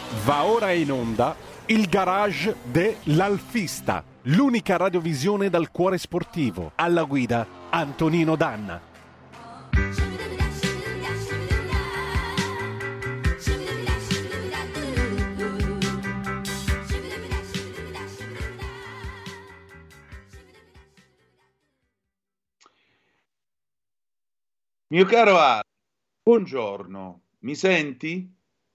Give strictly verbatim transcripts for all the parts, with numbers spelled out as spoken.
Va ora in onda il garage dell'Alfista, l'unica radiovisione dal cuore sportivo. Alla guida Antonino Danna. Mio caro Ale, buongiorno, mi senti?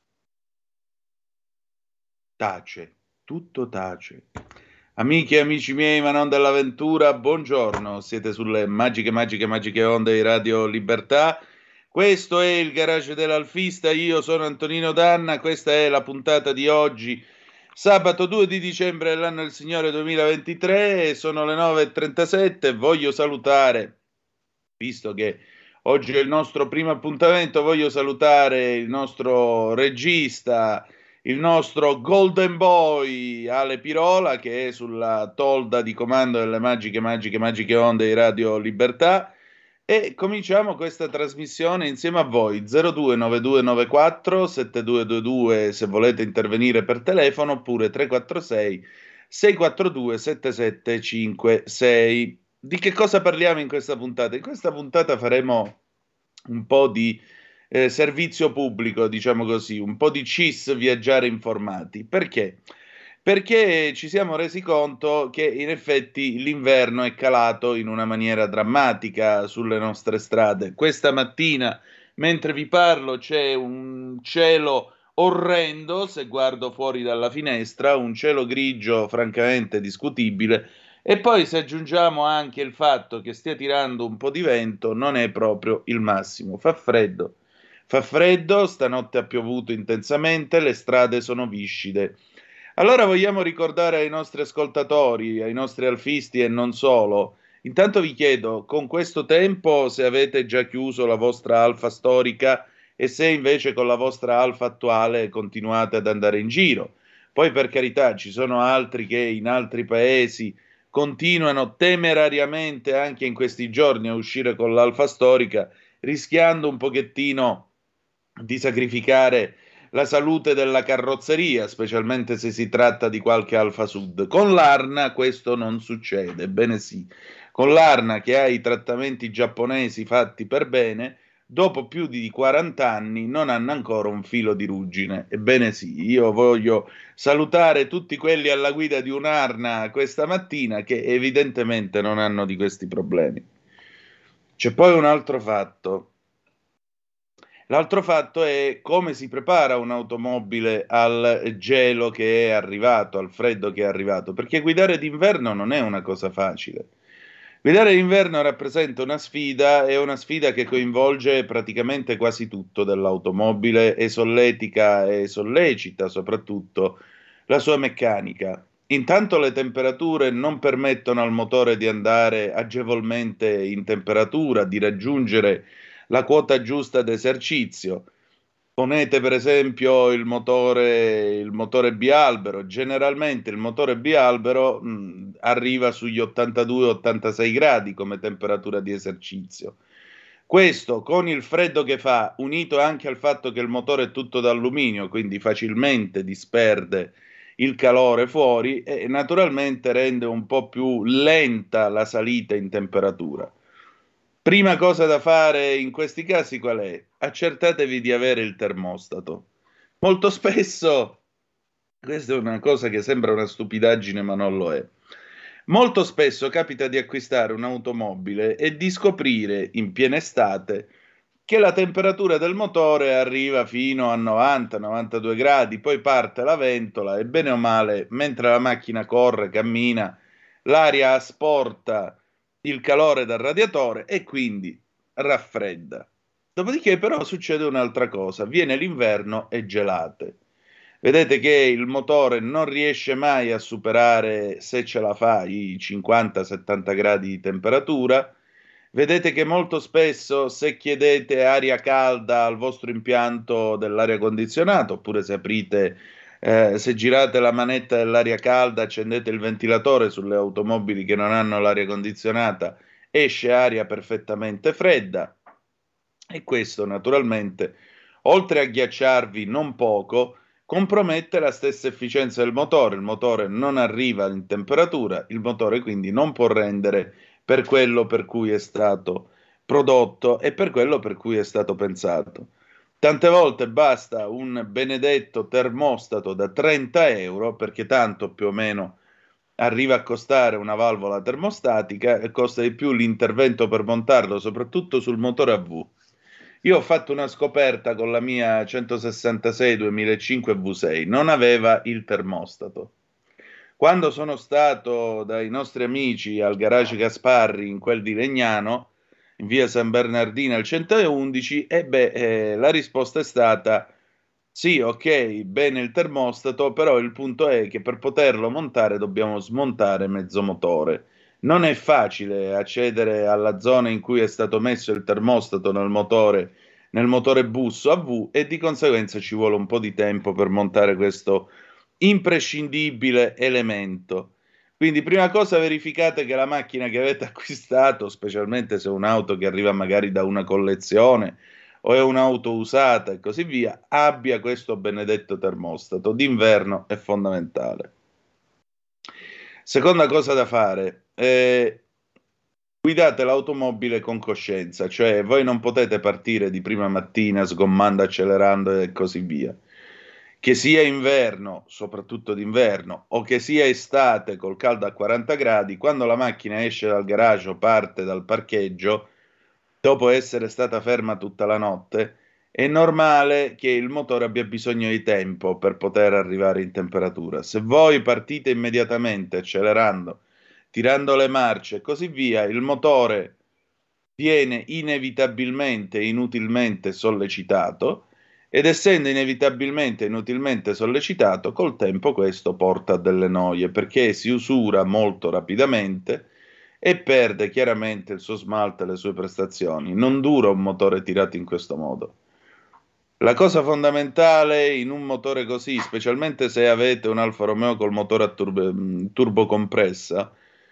Tace, tutto tace. Amiche e amici miei, ma non dell'avventura, buongiorno. Siete sulle magiche, magiche, magiche onde di Radio Libertà. Questo è il garage dell'Alfista. Io sono Antonino Danna. Questa è la puntata di oggi, sabato due di dicembre dell'anno del Signore duemilaventitré. Sono le nove e trentasette. Voglio salutare, visto che oggi è il nostro primo appuntamento, voglio salutare il nostro regista, il nostro Golden Boy Ale Pirola, che è sulla tolda di comando delle magiche, magiche, magiche onde di Radio Libertà. E cominciamo questa trasmissione insieme a voi. zero due nove due nove quattro sette due due due se volete intervenire per telefono, oppure tre quattro sei sei quattro due sette sette cinque sei. Di che cosa parliamo in questa puntata? In questa puntata faremo un po' di eh, servizio pubblico, diciamo così, un po' di C I S, viaggiare informati. Perché? Perché ci siamo resi conto che in effetti l'inverno è calato in una maniera drammatica sulle nostre strade. Questa mattina, mentre vi parlo, c'è un cielo orrendo, se guardo fuori dalla finestra, un cielo grigio francamente discutibile, e poi se aggiungiamo anche il fatto che stia tirando un po' di vento, non è proprio il massimo. Fa freddo, fa freddo, stanotte ha piovuto intensamente, le strade sono viscide. Allora vogliamo ricordare ai nostri ascoltatori, ai nostri alfisti e non solo. Intanto vi chiedo, con questo tempo, se avete già chiuso la vostra alfa storica e se invece con la vostra alfa attuale continuate ad andare in giro. Poi, per carità, ci sono altri che in altri paesi continuano temerariamente anche in questi giorni a uscire con l'alfa storica, rischiando un pochettino di sacrificare la salute della carrozzeria, specialmente se si tratta di qualche Alfa Sud. Con l'Arna questo non succede, ebbene sì. Con l'Arna, che ha i trattamenti giapponesi fatti per bene, dopo più di quaranta anni non hanno ancora un filo di ruggine. Ebbene sì, io voglio salutare tutti quelli alla guida di un'Arna questa mattina che evidentemente non hanno di questi problemi. C'è poi un altro fatto. L'altro fatto è come si prepara un'automobile al gelo che è arrivato, al freddo che è arrivato, perché guidare d'inverno non è una cosa facile. Guidare d'inverno rappresenta una sfida, è una sfida che coinvolge praticamente quasi tutto dell'automobile e solletica e sollecita soprattutto la sua meccanica. Intanto le temperature non permettono al motore di andare agevolmente in temperatura, di raggiungere la quota giusta d'esercizio. Ponete per esempio il motore, il motore bialbero. Generalmente il motore bialbero mh, arriva sugli ottantadue ottantasei gradi come temperatura di esercizio. Questo con il freddo che fa, unito anche al fatto che il motore è tutto d'alluminio, quindi facilmente disperde il calore fuori, e naturalmente rende un po' più lenta la salita in temperatura. Prima cosa da fare in questi casi qual è? Accertatevi di avere il termostato. Molto spesso, questa è una cosa che sembra una stupidaggine, ma non lo è. Molto spesso capita di acquistare un'automobile e di scoprire in piena estate che la temperatura del motore arriva fino a novanta novantadue gradi, poi parte la ventola e bene o male, mentre la macchina corre, cammina, l'aria asporta il calore dal radiatore e quindi raffredda. Dopodiché però succede un'altra cosa, viene l'inverno e gelate. Vedete che il motore non riesce mai a superare, se ce la fa, i cinquanta settanta gradi di temperatura. Vedete che molto spesso, se chiedete aria calda al vostro impianto dell'aria condizionata, oppure se aprite, eh, se girate la manetta dell'aria calda, accendete il ventilatore sulle automobili che non hanno l'aria condizionata, esce aria perfettamente fredda. E questo naturalmente, oltre a ghiacciarvi non poco, compromette la stessa efficienza del motore. Il motore non arriva in temperatura, il motore quindi non può rendere per quello per cui è stato prodotto e per quello per cui è stato pensato. Tante volte basta un benedetto termostato da trenta euro, perché tanto più o meno arriva a costare una valvola termostatica e costa di più l'intervento per montarlo, soprattutto sul motore a V. Io ho fatto una scoperta con la mia centosessantasei duemilacinque V sei, non aveva il termostato. Quando sono stato dai nostri amici al garage Gasparri, in quel di Legnano, in via San Bernardino al centoundici, e beh, eh, la risposta è stata sì, ok, bene il termostato, però il punto è che per poterlo montare dobbiamo smontare mezzo motore. Non è facile accedere alla zona in cui è stato messo il termostato nel motore, nel motore busso a V, e di conseguenza ci vuole un po' di tempo per montare questo imprescindibile elemento. Quindi, prima cosa, verificate che la macchina che avete acquistato, specialmente se è un'auto che arriva magari da una collezione o è un'auto usata e così via, abbia questo benedetto termostato. D'inverno è fondamentale. Seconda cosa da fare, eh, guidate l'automobile con coscienza, cioè voi non potete partire di prima mattina sgommando, accelerando e così via. Che sia inverno, soprattutto d'inverno, o che sia estate col caldo a quaranta gradi, quando la macchina esce dal garage o parte dal parcheggio, dopo essere stata ferma tutta la notte, è normale che il motore abbia bisogno di tempo per poter arrivare in temperatura. Se voi partite immediatamente accelerando, tirando le marce e così via, il motore viene inevitabilmente, inutilmente sollecitato, ed essendo inevitabilmente, inutilmente sollecitato, col tempo questo porta a delle noie, perché si usura molto rapidamente e perde chiaramente il suo smalto e le sue prestazioni. Non dura un motore tirato in questo modo. La cosa fondamentale in un motore così, specialmente se avete un Alfa Romeo col motore a turbo, turbocompressa,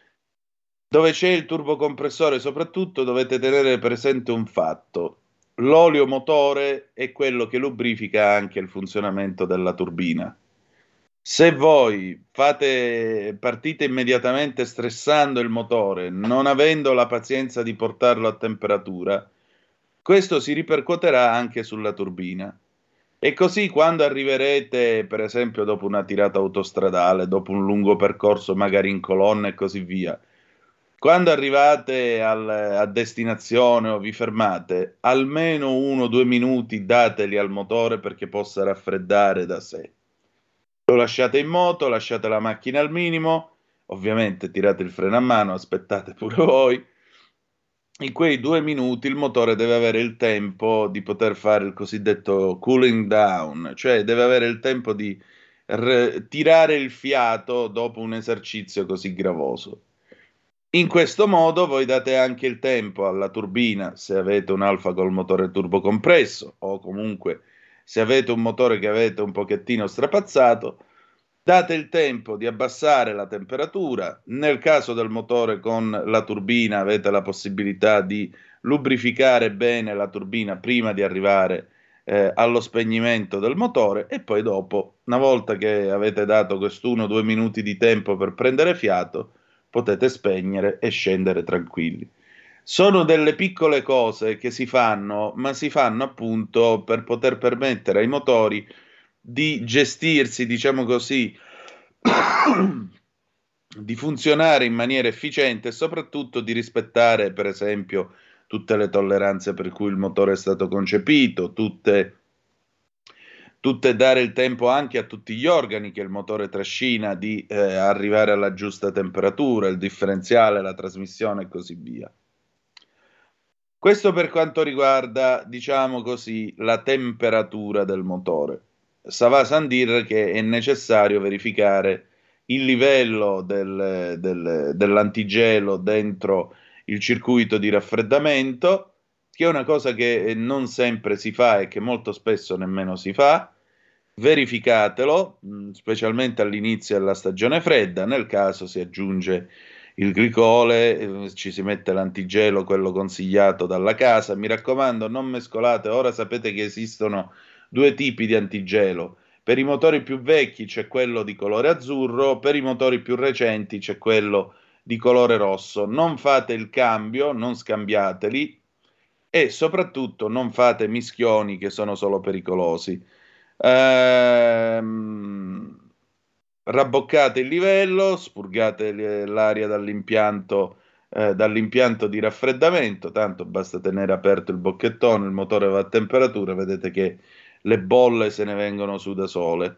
dove c'è il turbocompressore, soprattutto dovete tenere presente un fatto: l'olio motore è quello che lubrifica anche il funzionamento della turbina. Se voi fate, partite immediatamente stressando il motore, non avendo la pazienza di portarlo a temperatura, questo si ripercuoterà anche sulla turbina. E così, quando arriverete, per esempio, dopo una tirata autostradale, dopo un lungo percorso, magari in colonna e così via, quando arrivate al, a destinazione o vi fermate, almeno uno o due minuti dateli al motore perché possa raffreddare da sé. Lo lasciate in moto, lasciate la macchina al minimo, ovviamente tirate il freno a mano, aspettate pure voi. In quei due minuti il motore deve avere il tempo di poter fare il cosiddetto cooling down, cioè deve avere il tempo di r- tirare il fiato dopo un esercizio così gravoso. In questo modo voi date anche il tempo alla turbina, se avete un Alfa col motore turbocompresso, o comunque se avete un motore che avete un pochettino strapazzato, date il tempo di abbassare la temperatura. Nel caso del motore con la turbina avete la possibilità di lubrificare bene la turbina prima di arrivare eh, allo spegnimento del motore, e poi dopo, una volta che avete dato quest'uno o due minuti di tempo per prendere fiato, potete spegnere e scendere tranquilli. Sono delle piccole cose che si fanno, ma si fanno appunto per poter permettere ai motori di gestirsi, diciamo così, di funzionare in maniera efficiente e soprattutto di rispettare, per esempio, tutte le tolleranze per cui il motore è stato concepito, tutte, tutte dare il tempo anche a tutti gli organi che il motore trascina di eh, arrivare alla giusta temperatura, il differenziale, la trasmissione e così via. Questo per quanto riguarda, diciamo così, la temperatura del motore. Ça va sans dire che è necessario verificare il livello del, del, dell'antigelo dentro il circuito di raffreddamento, che è una cosa che non sempre si fa e che molto spesso nemmeno si fa. Verificatelo, specialmente all'inizio della stagione fredda. Nel caso si aggiunge il glicole, eh, ci si mette l'antigelo, quello consigliato dalla casa. Mi raccomando, non mescolate. Ora sapete che esistono due tipi di antigelo, Per i motori più vecchi c'è quello di colore azzurro, per i motori più recenti c'è quello di colore rosso. Non fate il cambio, non scambiateli e soprattutto non fate mischioni che sono solo pericolosi. Ehm, Rabboccate il livello, spurgate l'aria dall'impianto eh, dall'impianto di raffreddamento, tanto basta tenere aperto il bocchettone, il motore va a temperatura, vedete che le bolle se ne vengono su da sole.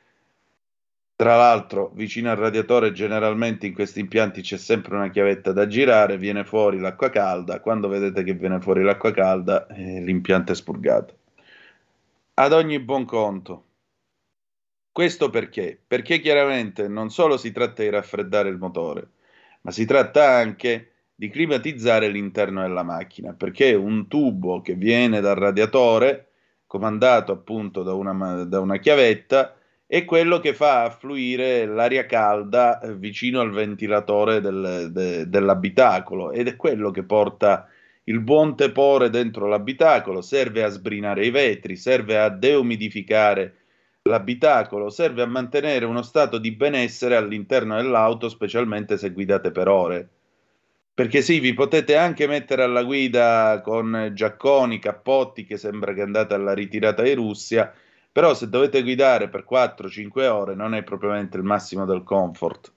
Tra l'altro, vicino al radiatore, generalmente in questi impianti c'è sempre una chiavetta da girare, viene fuori l'acqua calda. Quando vedete che viene fuori l'acqua calda, eh, l'impianto è spurgato. Ad ogni buon conto. Questo perché? Perché chiaramente non solo si tratta di raffreddare il motore, ma si tratta anche di climatizzare l'interno della macchina, perché un tubo che viene dal radiatore, comandato appunto da una, da una chiavetta, è quello che fa affluire l'aria calda eh, vicino al ventilatore del- de- dell'abitacolo ed è quello che porta il buon tepore dentro l'abitacolo, serve a sbrinare i vetri, serve a deumidificare l'abitacolo, serve a mantenere uno stato di benessere all'interno dell'auto, specialmente se guidate per ore. Perché sì, vi potete anche mettere alla guida con giacconi, cappotti, che sembra che andate alla ritirata di Russia, però se dovete guidare per quattro cinque ore non è propriamente il massimo del comfort.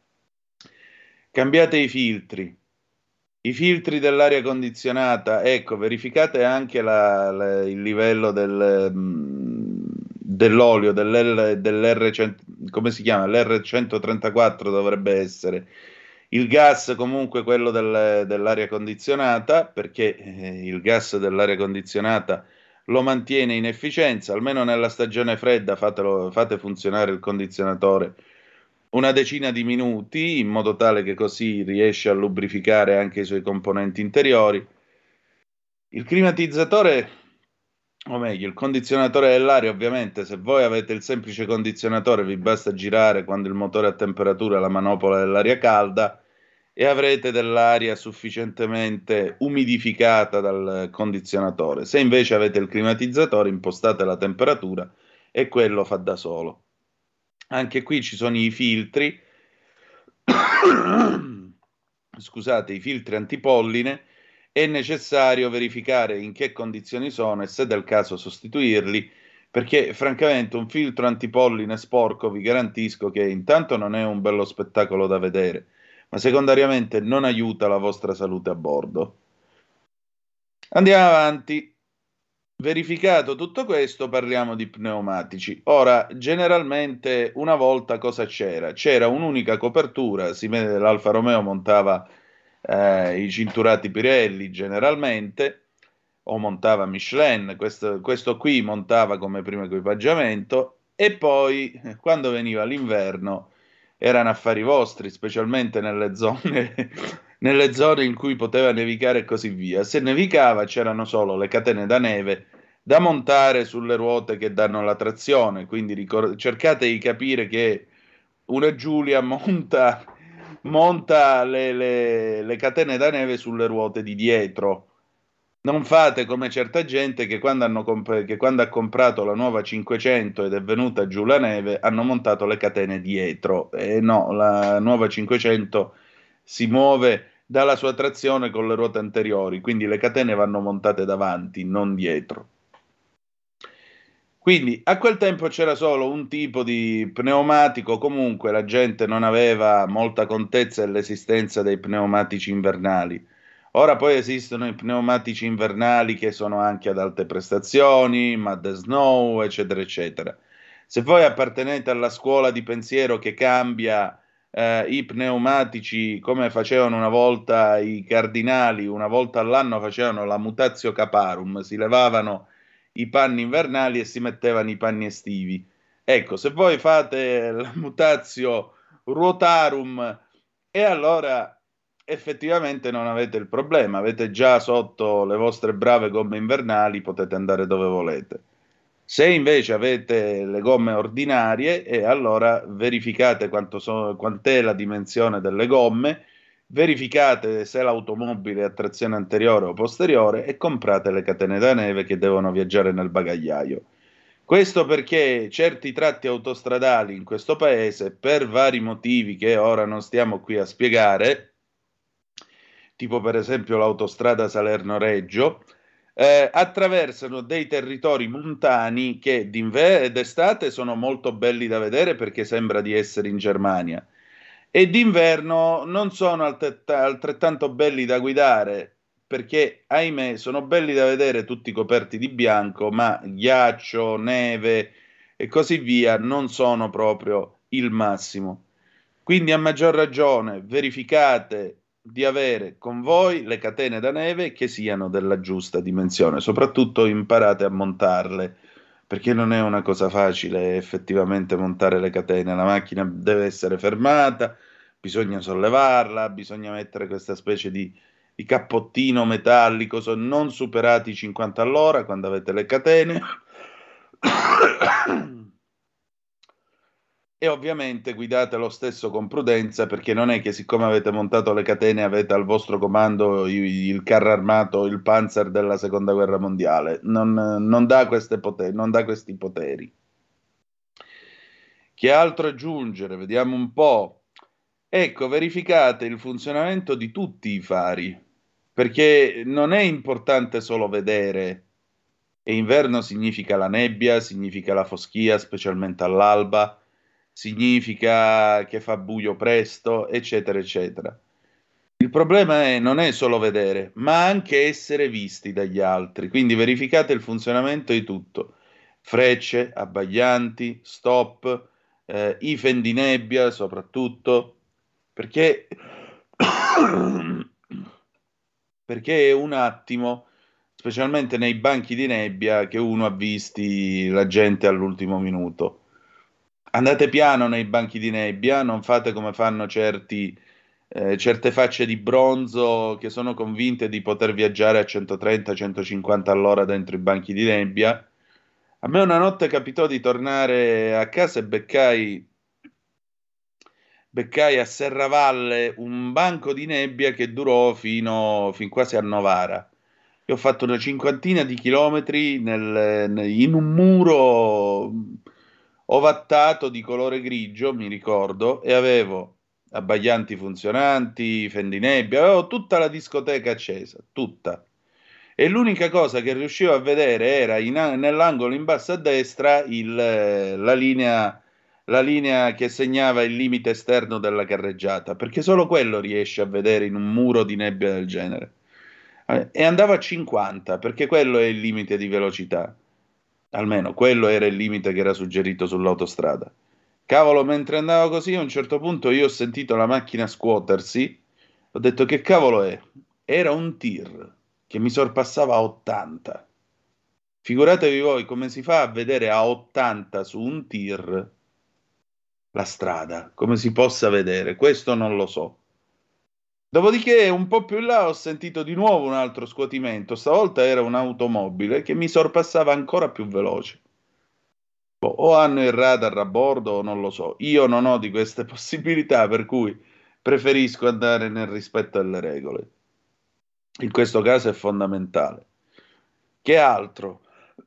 Cambiate i filtri. I filtri dell'aria condizionata, ecco, verificate anche la- la- il livello del, mm, dell'olio, dell'L, dell'R cento, come si chiama? L'R centotrentaquattro dovrebbe essere. Il gas comunque quello del- dell'aria condizionata, perché eh, il gas dell'aria condizionata lo mantiene in efficienza, almeno nella stagione fredda fatelo- fate funzionare il condizionatore una decina di minuti, in modo tale che così riesce a lubrificare anche i suoi componenti interiori. Il climatizzatore, o meglio, il condizionatore dell'aria, ovviamente, se voi avete il semplice condizionatore, vi basta girare quando il motore è a temperatura la manopola dell'aria calda e avrete dell'aria sufficientemente umidificata dal condizionatore. Se invece avete il climatizzatore, impostate la temperatura e quello fa da solo. Anche qui ci sono i filtri scusate, i filtri antipolline, è necessario verificare in che condizioni sono e se del caso sostituirli, perché francamente un filtro antipolline sporco vi garantisco che intanto non è un bello spettacolo da vedere, ma secondariamente non aiuta la vostra salute a bordo. Andiamo avanti. Verificato tutto questo, parliamo di pneumatici. Ora, generalmente una volta cosa c'era? C'era un'unica copertura, si vede l'Alfa Romeo montava eh, i cinturati Pirelli generalmente, o montava Michelin, questo, questo qui montava come primo equipaggiamento, e poi eh, quando veniva l'inverno erano affari vostri, specialmente nelle zone, nelle zone in cui poteva nevicare e così via. Se nevicava c'erano solo le catene da neve da montare sulle ruote che danno la trazione, quindi ricor- cercate di capire che una Giulia monta, monta le, le- le catene da neve sulle ruote di dietro. Non fate come certa gente che quando, hanno comp- che quando ha comprato la nuova cinquecento ed è venuta giù la neve, hanno montato le catene dietro. E no, la nuova cinquecento si muove dalla sua trazione con le ruote anteriori, quindi le catene vanno montate davanti, non dietro. Quindi a quel tempo c'era solo un tipo di pneumatico, comunque la gente non aveva molta contezza dell'esistenza dei pneumatici invernali. Ora poi esistono i pneumatici invernali che sono anche ad alte prestazioni, Mud Snow, eccetera, eccetera. Se voi appartenete alla scuola di pensiero che cambia eh, i pneumatici come facevano una volta i cardinali, una volta all'anno facevano la mutatio caparum, si levavano i panni invernali e si mettevano i panni estivi. Ecco, se voi fate la mutatio ruotarum e allora effettivamente non avete il problema, avete già sotto le vostre brave gomme invernali, potete andare dove volete. Se invece avete le gomme ordinarie, e allora verificate quanto so- quant'è la dimensione delle gomme, verificate se l'automobile è a trazione anteriore o posteriore e comprate le catene da neve che devono viaggiare nel bagagliaio. Questo perché certi tratti autostradali in questo paese, per vari motivi che ora non stiamo qui a spiegare, tipo per esempio l'autostrada Salerno-Reggio, eh, attraversano dei territori montani che d'inverno d'estate sono molto belli da vedere perché sembra di essere in Germania e d'inverno non sono altret- altrettanto belli da guidare perché, ahimè, sono belli da vedere tutti coperti di bianco, ma ghiaccio, neve e così via non sono proprio il massimo. Quindi a maggior ragione verificate di avere con voi le catene da neve che siano della giusta dimensione, soprattutto imparate a montarle, perché non è una cosa facile effettivamente montare le catene, la macchina deve essere fermata, bisogna sollevarla, bisogna mettere questa specie di, di cappottino metallico, so- non superati i cinquanta all'ora quando avete le catene. E ovviamente guidate lo stesso con prudenza perché non è che siccome avete montato le catene avete al vostro comando i- il carro armato, il Panzer della seconda guerra mondiale. Non, non dà queste poteri, non dà questi poteri. Che altro aggiungere? Vediamo un po'. Ecco, verificate il funzionamento di tutti i fari, perché non è importante solo vedere. E inverno significa la nebbia, significa la foschia, specialmente all'alba, significa che fa buio presto, eccetera, eccetera. Il problema è non è solo vedere, ma anche essere visti dagli altri. Quindi verificate il funzionamento di tutto. Frecce, abbaglianti, stop, eh, i fendinebbia soprattutto, perché, perché è un attimo, specialmente nei banchi di nebbia, che uno ha visti la gente all'ultimo minuto. Andate piano nei banchi di nebbia, non fate come fanno certi, eh, certe facce di bronzo che sono convinte di poter viaggiare a centotrenta centocinquanta all'ora dentro i banchi di nebbia. A me una notte capitò di tornare a casa e beccai, beccai a Serravalle un banco di nebbia che durò fino, fin quasi a Novara. Io ho fatto una cinquantina di chilometri nel- nel- in un muro ovattato di colore grigio, mi ricordo, e avevo abbaglianti funzionanti, fendinebbia, avevo tutta la discoteca accesa, tutta. E l'unica cosa che riuscivo a vedere era in- nell'angolo in basso a destra il, eh, la linea, la linea che segnava il limite esterno della carreggiata, perché solo quello riesce a vedere in un muro di nebbia del genere. Eh, E andavo a cinquanta, perché quello è il limite di velocità. Almeno quello era il limite che era suggerito sull'autostrada. Cavolo, mentre andavo così, a un certo punto io ho sentito la macchina scuotersi. Ho detto, che cavolo è? Era un tir che mi sorpassava a ottanta. Figuratevi voi come si fa a vedere a ottanta su un tir la strada, come si possa vedere. Questo non lo so. Dopodiché, un po' più in là, ho sentito di nuovo un altro scuotimento. Stavolta era un'automobile che mi sorpassava ancora più veloce. Boh, o hanno il radar a bordo o non lo so. Io non ho di queste possibilità, per cui preferisco andare nel rispetto delle regole. In questo caso è fondamentale. Che altro?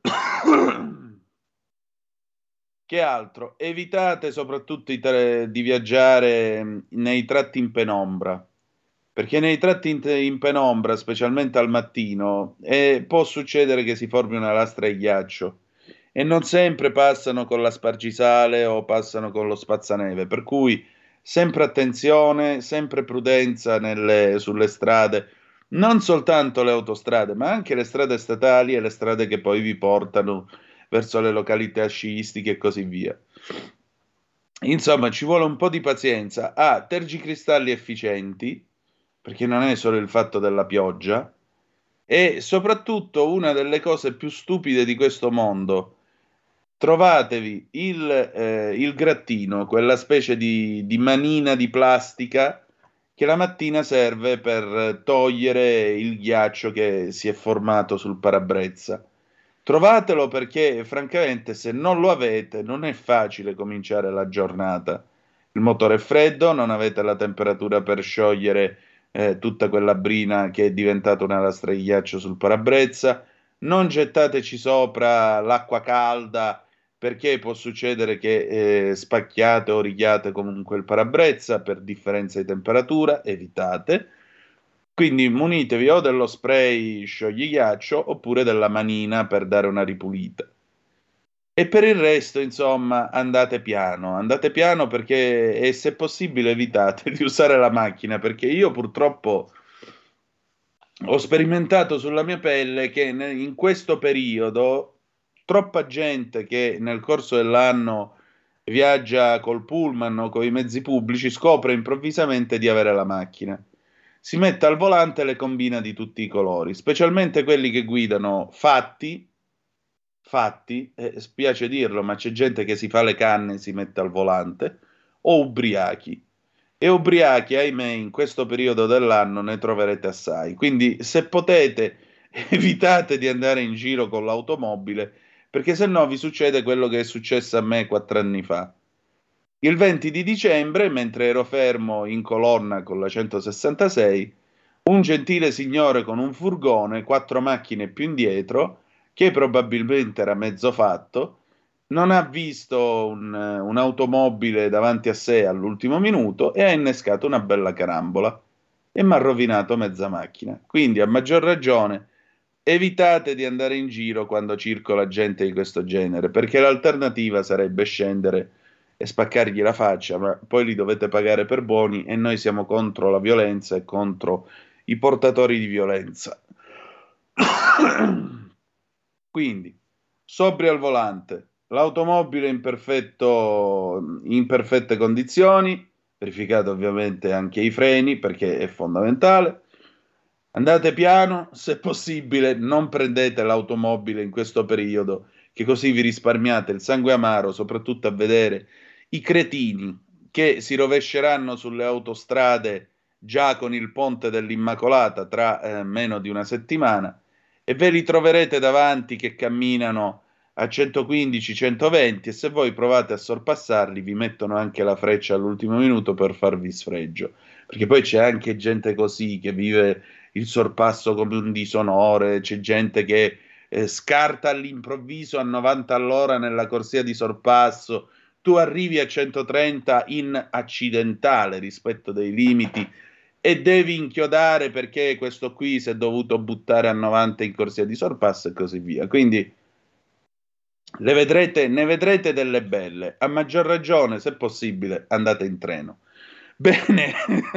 Che altro? Evitate soprattutto i tra- di viaggiare mh, nei tratti in penombra, perché nei tratti in, in penombra, specialmente al mattino, eh, può succedere che si formi una lastra di ghiaccio e non sempre passano con la spargisale o passano con lo spazzaneve, per cui sempre attenzione, sempre prudenza nelle- sulle strade, non soltanto le autostrade, ma anche le strade statali e le strade che poi vi portano verso le località sciistiche e così via. Insomma, ci vuole un po' di pazienza. Ah, tergicristalli efficienti, perché non è solo il fatto della pioggia, e soprattutto una delle cose più stupide di questo mondo. Trovatevi il, eh, il grattino, quella specie di, di manina di plastica che la mattina serve per togliere il ghiaccio che si è formato sul parabrezza. Trovatelo perché, francamente, se non lo avete, non è facile cominciare la giornata. Il motore è freddo, non avete la temperatura per sciogliere eh, tutta quella brina che è diventata una lastra di ghiaccio sul parabrezza. Non gettateci sopra l'acqua calda perché può succedere che eh, spacchiate o righiate comunque il parabrezza per differenza di temperatura, evitate. Quindi munitevi o dello spray scioglighiaccio oppure della manina per dare una ripulita. E per il resto, insomma, andate piano, andate piano perché e se possibile evitate di usare la macchina, perché io purtroppo ho sperimentato sulla mia pelle che ne- in questo periodo troppa gente che nel corso dell'anno viaggia col pullman o con i mezzi pubblici scopre improvvisamente di avere la macchina. Si mette al volante e le combina di tutti i colori, specialmente quelli che guidano fatti, fatti, eh, spiace dirlo, ma c'è gente che si fa le canne e si mette al volante, o ubriachi. E ubriachi, ahimè, in questo periodo dell'anno ne troverete assai. Quindi, se potete, evitate di andare in giro con l'automobile, perché se no vi succede quello che è successo a me quattro anni fa. Il venti di dicembre, mentre ero fermo in colonna con la centosessantasei, un gentile signore con un furgone, quattro macchine più indietro, che probabilmente era mezzo fatto, non ha visto un- un'automobile davanti a sé all'ultimo minuto e ha innescato una bella carambola e mi ha rovinato mezza macchina. Quindi, a maggior ragione, evitate di andare in giro quando circola gente di questo genere, perché l'alternativa sarebbe scendere e spaccargli la faccia, ma poi li dovete pagare per buoni e noi siamo contro la violenza e contro i portatori di violenza. Quindi, sobri al volante, l'automobile in perfetto, in perfette condizioni, verificate ovviamente anche i freni perché è fondamentale. Andate piano, se possibile, non prendete l'automobile in questo periodo, che così vi risparmiate il sangue amaro, soprattutto a vedere i cretini che si rovesceranno sulle autostrade già con il ponte dell'Immacolata tra eh, meno di una settimana e ve li troverete davanti che camminano a centoquindici centoventi e se voi provate a sorpassarli vi mettono anche la freccia all'ultimo minuto per farvi sfregio, perché poi c'è anche gente così che vive il sorpasso come un disonore, c'è gente che eh, scarta all'improvviso a novanta all'ora nella corsia di sorpasso, tu arrivi a centotrenta in accidentale rispetto dei limiti e devi inchiodare perché questo qui si è dovuto buttare a novanta in corsia di sorpasso e così via. Quindi le vedrete, ne vedrete delle belle. A maggior ragione, se possibile, andate in treno. Bene.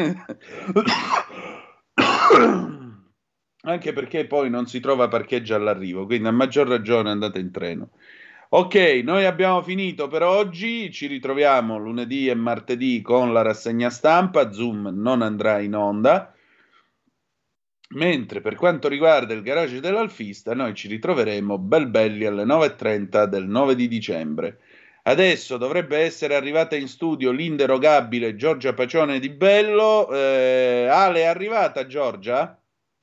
Anche perché poi non si trova parcheggio all'arrivo, quindi a maggior ragione andate in treno. Ok, noi abbiamo finito per oggi, ci ritroviamo lunedì e martedì con la rassegna stampa, Zoom non andrà in onda, mentre per quanto riguarda il garage dell'Alfista noi ci ritroveremo bel belli alle nove e trenta del nove di dicembre. Adesso dovrebbe essere arrivata in studio l'inderogabile Giorgia Pacione di Bello. Eh, Ale, è arrivata Giorgia?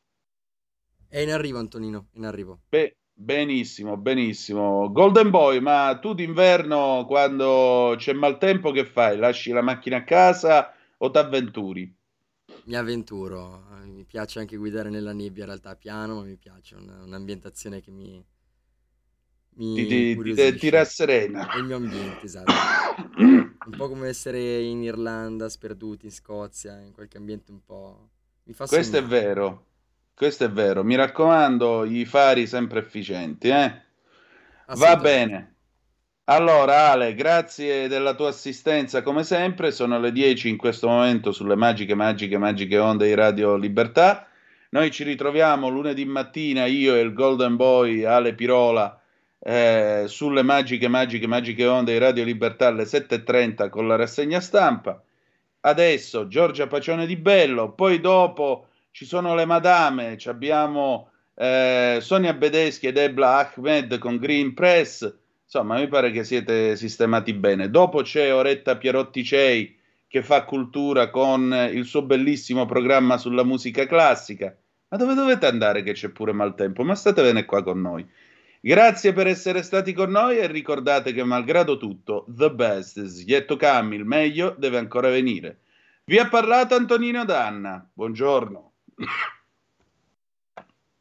È in arrivo, Antonino, in arrivo. Beh, benissimo, benissimo. Golden Boy, ma tu d'inverno quando c'è maltempo che fai? Lasci la macchina a casa o t'avventuri? Mi avventuro, eh, mi piace anche guidare nella nebbia, in realtà piano, ma mi piace, è una- un'ambientazione che mi, Ti, mi ti, ti, ti incuriosisce. rasserena. È il mio ambiente, esatto. Un po' come essere in Irlanda, sperduti, in Scozia, in qualche ambiente un po'... mi fa Questo è sognare. vero, questo è vero. Mi raccomando, i fari sempre efficienti, eh? Va Assolutamente. bene. Allora, Ale, grazie della tua assistenza come sempre. Sono le dieci in questo momento sulle magiche, magiche, magiche onde di Radio Libertà. Noi ci ritroviamo lunedì mattina, io e il Golden Boy Ale Pirola, eh, sulle magiche, magiche, magiche onde di Radio Libertà alle sette e trenta con la rassegna stampa. Adesso Giorgia Pacione di Bello, poi dopo ci sono le madame, ci abbiamo eh, Sonia Bedeschi ed Ebla Ahmed con Green Press. Insomma, mi pare che siete sistemati bene. Dopo c'è Oretta Pierotti Cei che fa cultura con il suo bellissimo programma sulla musica classica. Ma dove dovete andare che c'è pure maltempo? Ma statevene qua con noi. Grazie per essere stati con noi e ricordate che malgrado tutto, the best is yet to come, il meglio deve ancora venire. Vi ha parlato Antonino Danna. Buongiorno.